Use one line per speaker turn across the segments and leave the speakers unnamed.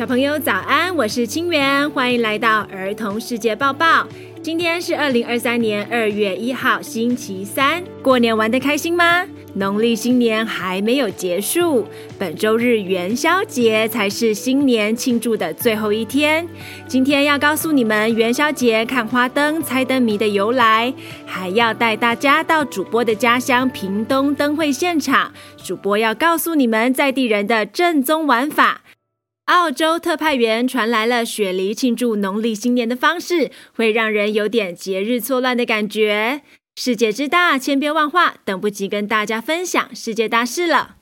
小朋友早安，我是清源，欢迎来到儿童世界报报。今天是2023年2月1号星期三，过年玩得开心吗？农历新年还没有结束，本周日元宵节才是新年庆祝的最后一天。今天要告诉你们元宵节看花灯、猜灯谜的由来，还要带大家到主播的家乡屏东灯会现场，主播要告诉你们在地人的正宗玩法。澳洲特派员传来了雪梨庆祝农历新年的方式，会让人有点节日错乱的感觉。世界之大，千变万化，等不及跟大家分享世界大事了。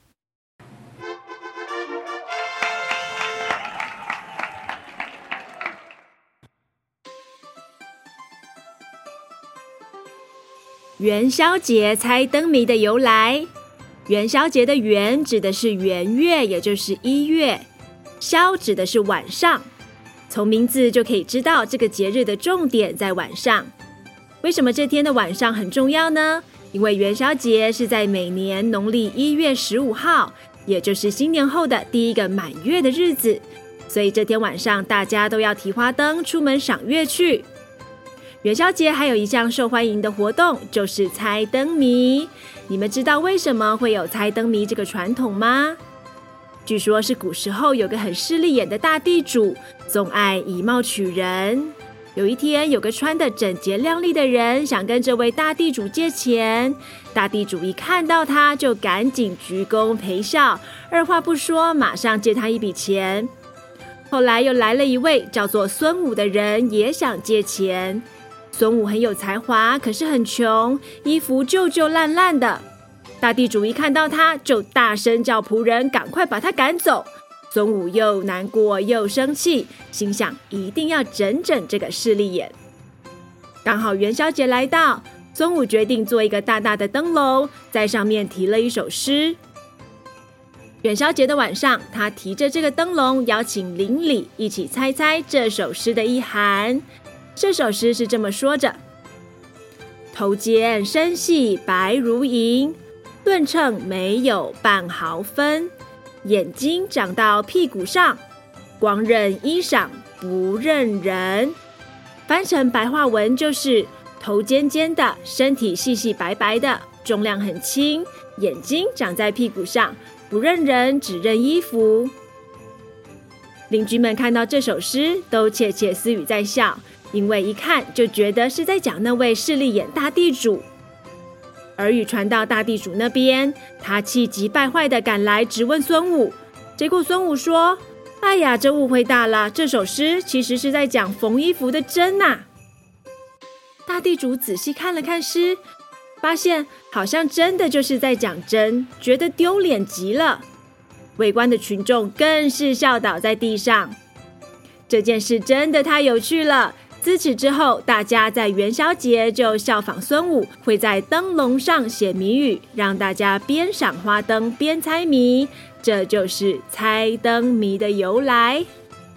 元宵节猜灯谜的由来。元宵节的元指的是元月，也就是1月。宵指的是晚上，从名字就可以知道这个节日的重点在晚上。为什么这天的晚上很重要呢？因为元宵节是在每年农历1月15号，也就是新年后的第一个满月的日子，所以这天晚上大家都要提花灯出门赏月去。元宵节还有一项受欢迎的活动，就是猜灯谜。你们知道为什么会有猜灯谜这个传统吗？据说是古时候有个很势利眼的大地主，总爱以貌取人。有一天，有个穿得整洁亮丽的人想跟这位大地主借钱，大地主一看到他就赶紧鞠躬陪笑，二话不说马上借他一笔钱。后来又来了一位叫做孙武的人，也想借钱。孙武很有才华，可是很穷，衣服旧旧烂烂的。大地主一看到他，就大声叫仆人赶快把他赶走。孙武又难过又生气，心想一定要整整这个势利眼。刚好元宵节来到，孙武决定做一个大大的灯笼，在上面题了一首诗。元宵节的晚上，他提着这个灯笼，邀请邻里一起猜猜这首诗的意涵。这首诗是这么说着：头尖身细白如银，顿秤没有半毫分，眼睛长到屁股上，光认衣裳不认人。翻成白话文就是头尖尖的，身体细细白白的，重量很轻，眼睛长在屁股上，不认人，只认衣服。邻居们看到这首诗都窃窃私语在笑，因为一看就觉得是在讲那位势利眼大地主。耳语传到大地主那边，他气急败坏地赶来质问孙武。结果孙武说：哎呀，这误会大了，这首诗其实是在讲缝衣服的针啊。大地主仔细看了看诗，发现好像真的就是在讲针，觉得丢脸极了。围观的群众更是笑倒在地上。这件事真的太有趣了。自此之后，大家在元宵节就效仿孙武，会在灯笼上写谜语，让大家边赏花灯边猜谜，这就是猜灯谜的由来。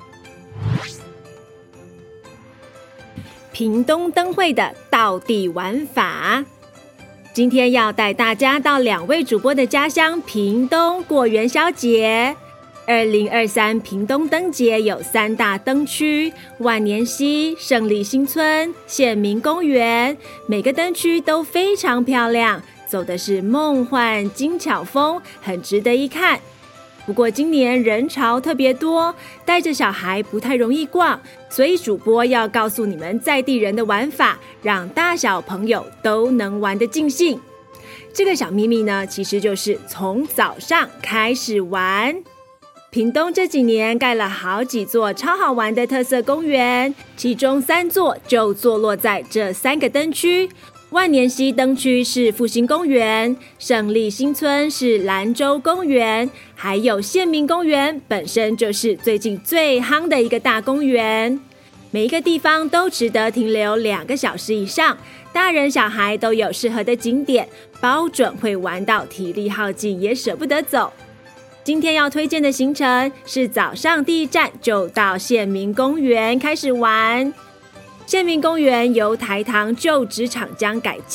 屏东灯会的道地玩法，今天要带大家到2位主播的家乡屏东过元宵节。2023屏东灯节有3大灯区：万年溪、胜利新村、县民公园。每个灯区都非常漂亮，走的是梦幻精巧风，很值得一看。不过今年人潮特别多，带着小孩不太容易逛，所以主播要告诉你们在地人的玩法，让大小朋友都能玩得尽兴。这个小秘密呢，其实就是从早上开始玩。屏东这几年盖了好几座超好玩的特色公园，其中3座就坐落在这3个灯区。万年溪灯区是复兴公园，胜利新村是兰州公园，还有县民公园本身就是最近最夯的一个大公园。每一个地方都值得停留2个小时以上，大人小孩都有适合的景点，包准会玩到体力耗尽也舍不得走。今天要推荐的行程是早上第一站就到县民公园开始玩。县民公园由台糖旧纸厂将改建，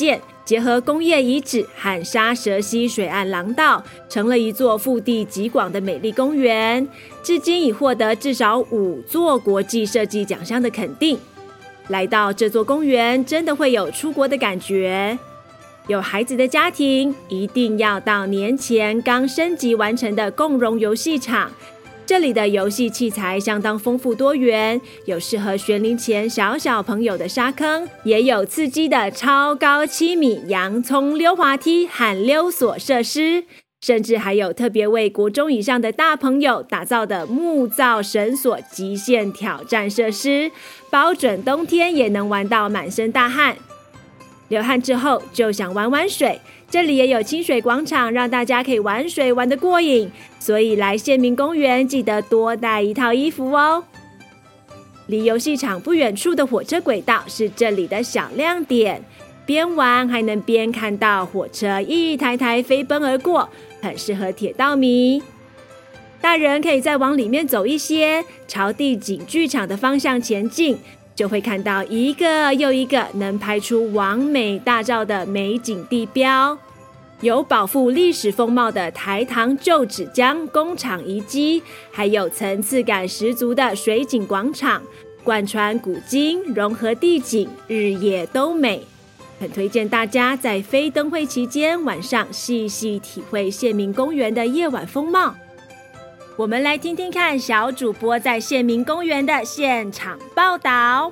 结合工业遗址和沙蛇溪水岸廊道，成了一座腹地极广的美丽公园，至今已获得至少5座国际设计奖项的肯定。来到这座公园，真的会有出国的感觉。有孩子的家庭一定要到年前刚升级完成的共融游戏场，这里的游戏器材相当丰富多元，有适合学龄前小朋友的沙坑，也有刺激的超高7米洋葱溜滑梯和溜索设施，甚至还有特别为国中以上的大朋友打造的木造绳索极限挑战设施，保准冬天也能玩到满身大汗。流汗之后就想玩水，这里也有清水广场，让大家可以玩水玩得过瘾，所以来县民公园记得多带一套衣服哦。离游戏场不远处的火车轨道是这里的小亮点，边玩还能边看到火车一台台飞奔而过，很适合铁道迷。大人可以再往里面走一些，朝地景剧场的方向前进，就会看到一个又一个能拍出完美大照的美景地标，有保护历史风貌的台糖旧纸浆工厂遗迹，还有层次感十足的水景广场，贯穿古今，融合地景，日夜都美。很推荐大家在非灯会期间晚上细细体会县民公园的夜晚风貌。我们来听听看小主播在县民公园的现场报道。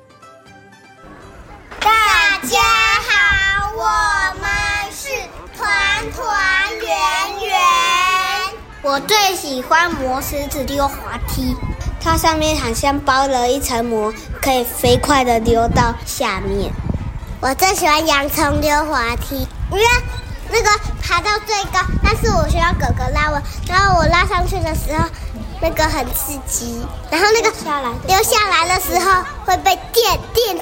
大家好，我们是团团圆圆。我最喜欢磨石子溜滑梯，它上面好像包了一层膜，可以飞快的溜到下面。我最喜欢洋葱溜滑梯，因为那个爬到最高，但是我需要哥哥拉我，然后我拉上去的时候，那个很刺激，然后那个溜下来的时候会被电。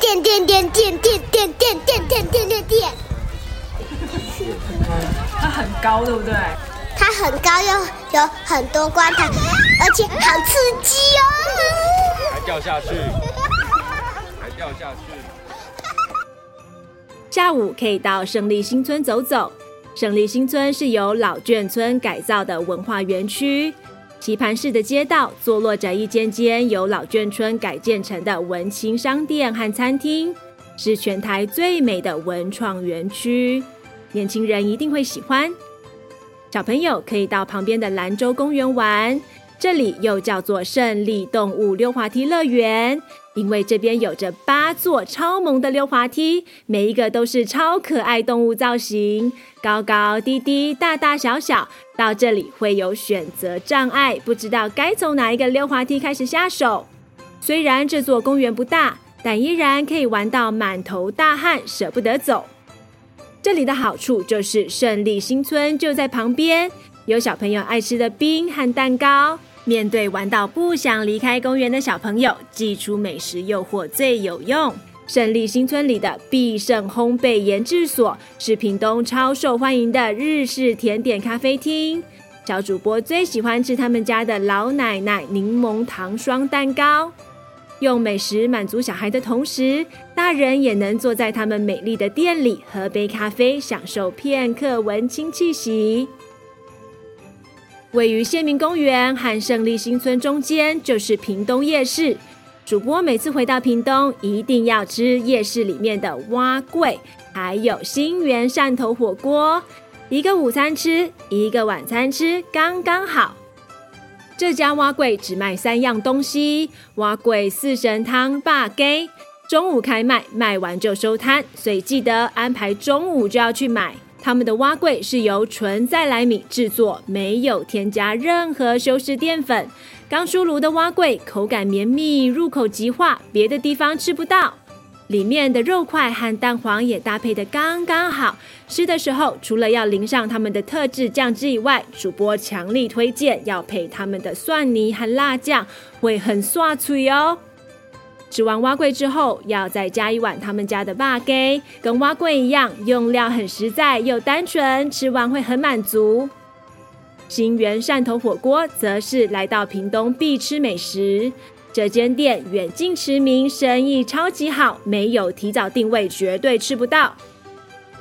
它很高，对不对？
它很高，又有很多关卡，而且好刺激哦！
还掉下去，还掉下去。
下午可以到胜利新村走走。胜利新村是由老眷村改造的文化园区，棋盘式的街道坐落着一间间由老眷村改建成的文青商店和餐厅，是全台最美的文创园区，年轻人一定会喜欢。小朋友可以到旁边的兰州公园玩，这里又叫做胜利动物溜滑梯乐园，因为这边有着8座超萌的溜滑梯，每一个都是超可爱动物造型，高高低低，大大小小，到这里会有选择障碍，不知道该从哪一个溜滑梯开始下手。虽然这座公园不大，但依然可以玩到满头大汗，舍不得走。这里的好处就是胜利新村就在旁边，有小朋友爱吃的冰和蛋糕。面对玩到不想离开公园的小朋友，祭出美食诱惑最有用。胜利新村里的必胜烘焙研制所是屏东超受欢迎的日式甜点咖啡厅，小主播最喜欢吃他们家的老奶奶柠檬糖霜蛋糕。用美食满足小孩的同时，大人也能坐在他们美丽的店里喝杯咖啡，享受片刻文青气息。位于县民公园和胜利新村中间就是屏东夜市，主播每次回到屏东一定要吃夜市里面的碗粿，还有新源汕头火锅，一个午餐吃，一个晚餐吃，刚刚好。这家碗粿只卖3样东西，碗粿、四神汤、肉鸡，中午开卖，卖完就收摊，所以记得安排中午就要去买。他们的碗粿是由纯再来米制作，没有添加任何修饰淀粉。刚出炉的碗粿口感绵密，入口即化，别的地方吃不到。里面的肉块和蛋黄也搭配得刚刚好，吃的时候除了要淋上他们的特制酱汁以外，主播强力推荐要配他们的蒜泥和辣酱，会很刷嘴哦。吃完碗粿之后，要再加一碗他们家的肉鸡，跟碗粿一样，用料很实在又单纯，吃完会很满足。新源汕头火锅则是来到屏东必吃美食，这间店远近驰名，生意超级好，没有提早定位绝对吃不到。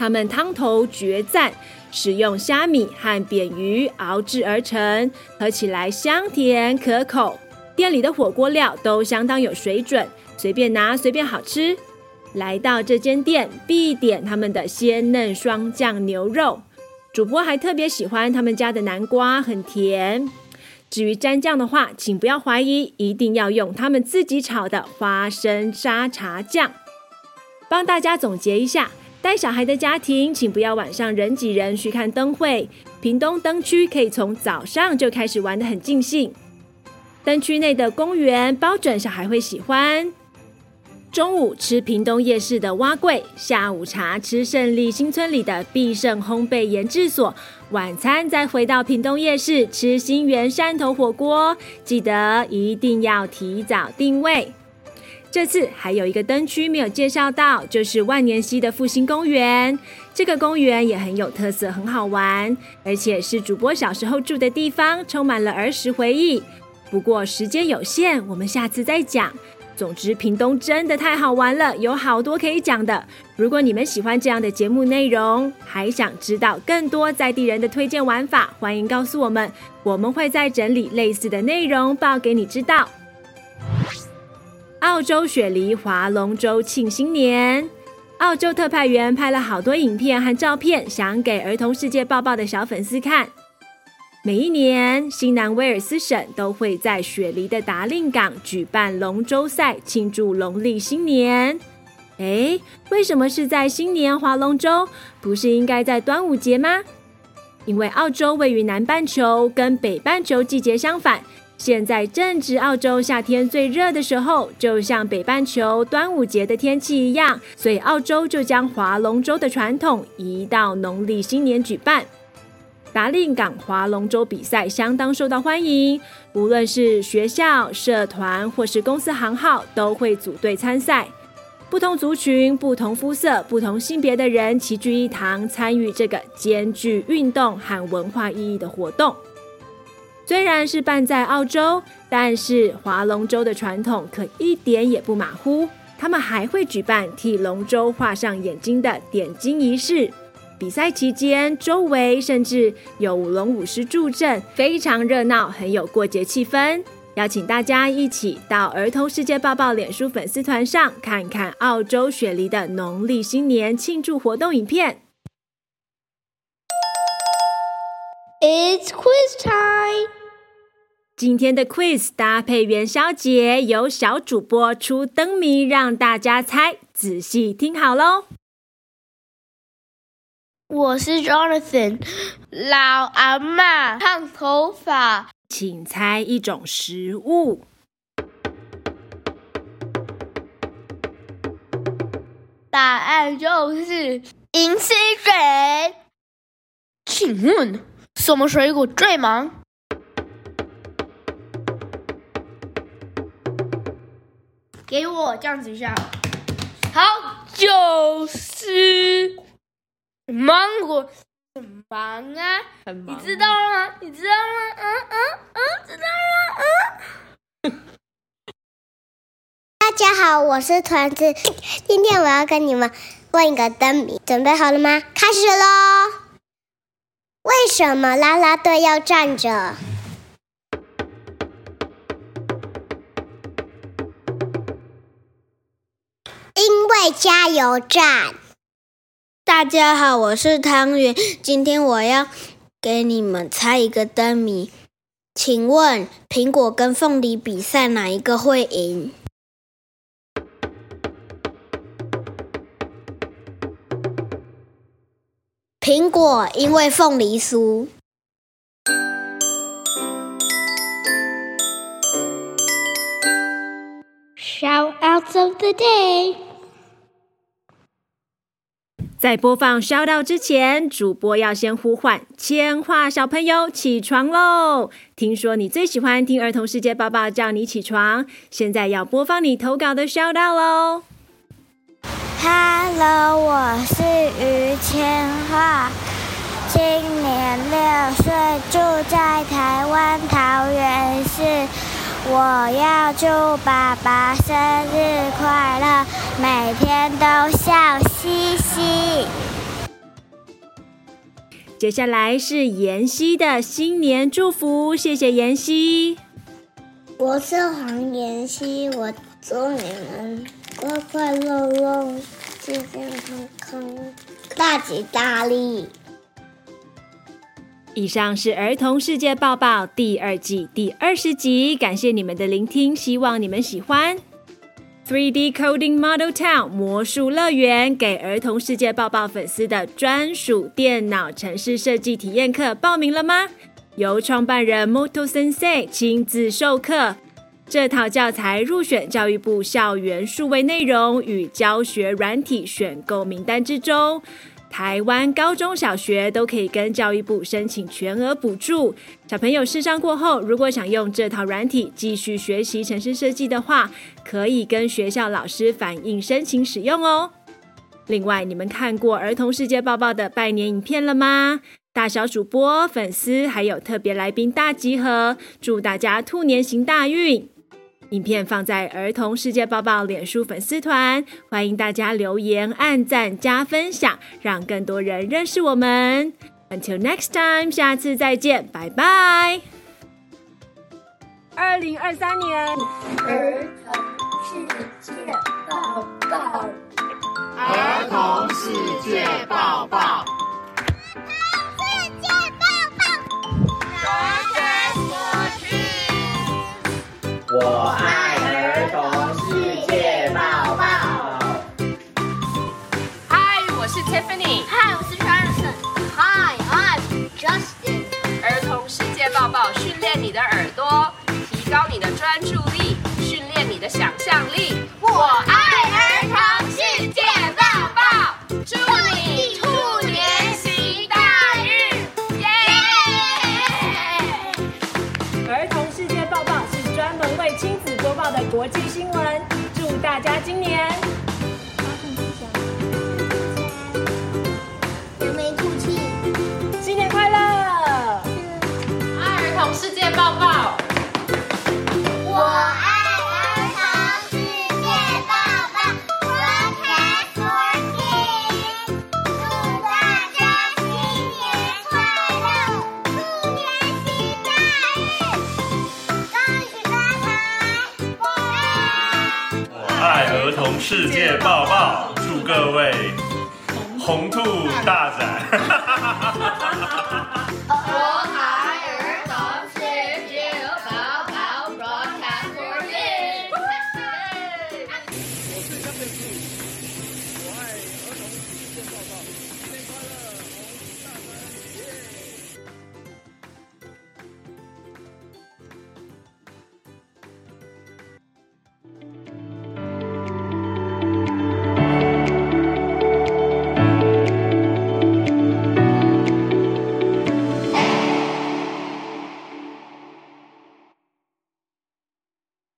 它们汤头绝赞，使用虾米和扁鱼熬制而成，喝起来香甜可口。店里的火锅料都相当有水准，随便拿随便好吃。来到这间店必点他们的鲜嫩双酱牛肉，主播还特别喜欢他们家的南瓜，很甜。至于蘸酱的话，请不要怀疑，一定要用他们自己炒的花生沙茶酱。帮大家总结一下，带小孩的家庭请不要晚上人挤人去看灯会，屏东灯区可以从早上就开始玩得很尽兴。灯区内的公园包准小孩会喜欢。中午吃屏东夜市的蛙桂，下午茶吃胜利新村里的必胜烘焙研制所，晚餐再回到屏东夜市吃新源山头火锅，记得一定要提早定位。这次还有一个灯区没有介绍到，就是万年溪的复兴公园。这个公园也很有特色，很好玩，而且是主播小时候住的地方，充满了儿时回忆。不过时间有限，我们下次再讲。总之，屏东真的太好玩了，有好多可以讲的。如果你们喜欢这样的节目内容，还想知道更多在地人的推荐玩法，欢迎告诉我们，我们会再整理类似的内容报给你知道。澳洲雪梨划龙舟庆新年，澳洲特派员拍了好多影片和照片，想给儿童世界报报的小粉丝看。每一年，新南威尔斯省都会在雪梨的达令港举办龙舟赛，庆祝农历新年。为什么是在新年划龙舟？不是应该在端午节吗？因为澳洲位于南半球，跟北半球季节相反，现在正值澳洲夏天最热的时候，就像北半球端午节的天气一样，所以澳洲就将划龙舟的传统移到农历新年举办。达令港划龙舟比赛相当受到欢迎，无论是学校、社团或是公司行号都会组队参赛。不同族群、不同肤色、不同性别的人齐聚一堂，参与这个兼具运动和文化意义的活动。虽然是办在澳洲，但是划龙舟的传统可一点也不马虎。他们还会举办替龙舟画上眼睛的点睛仪式。比赛期间，周围甚至有舞龙舞狮助阵，非常热闹，很有过节气氛。邀请大家一起到儿童世界报报脸书粉丝团上看看澳洲雪梨的农历新年庆祝活动影片。
It's quiz time！
今天的 quiz 搭配元宵节，由小主播出灯谜让大家猜，仔细听好咯。
我是 Jonathan， 老阿嬷烫头发，
请猜一种食物。
答案就是银溪水。请问什么水果最忙？给我这样子一下。好，就是芒果。很忙啊，很忙，你知道吗？你知道吗？知道了。大家好，我是团子，今天我要跟你们问一个灯谜，准备好了吗？开始咯！为什么啦啦队要站着？因为加油站。大家好，我是汤圆，今天我要给你们猜一个灯谜，请问苹果跟凤梨比赛哪一个会赢？苹果，因为凤梨输。Shout-outs of the day。
在播放 Shout-out 之前，主播要先呼唤千华小朋友起床喽！听说你最喜欢听儿童世界报报叫你起床，现在要播放你投稿的 Shout-out 喽。
Hello， 我是于千华，今年6岁，住在台湾桃园市。我要祝爸爸生日快乐，每天都笑嘻嘻。
接下来是妍希的新年祝福，谢谢妍希。
我是黄妍希，我祝你们快快乐乐，健健康康，大吉大利。
以上是儿童世界报报第2季第20集，感谢你们的聆听，希望你们喜欢。3D Coding Model Town 魔术乐园给儿童世界报报粉丝的专属电脑程式设计体验课报名了吗？由创办人 Moto Sensei 亲自授课，这套教材入选教育部校园数位内容与教学软体选购名单之中。台湾高中小学都可以跟教育部申请全额补助。小朋友试上过后，如果想用这套软体继续学习程式设计的话，可以跟学校老师反映申请使用哦。另外，你们看过儿童世界报报的拜年影片了吗？大小主播、粉丝还有特别来宾大集合，祝大家兔年行大运。影片放在儿童世界报报脸书粉丝团，欢迎大家留言、按赞、加分享，让更多人认识我们。Until next time， 下次再见，拜拜。2023年
儿童世界报报，
儿童世界报报。我爱儿童世界报报。
嗨，我是 Tiffany。
嗨，我是 Jonathan。Hi, I'm Justin。
儿童世界报报训练你的耳朵，提高你的专注力，训练你的想象力。我爱儿童世界报报，祝你兔年行大运！耶！儿童世界报报是专门为亲子播报的国际新闻，祝大家今年
扬眉吐气。
新年快乐！爱儿童世界报报。
我爱儿童世界报报 ，Broadcast for Kids。祝大家新年快乐，兔年行大运，恭喜发财！
我爱儿童世界报报，祝各位红兔大展。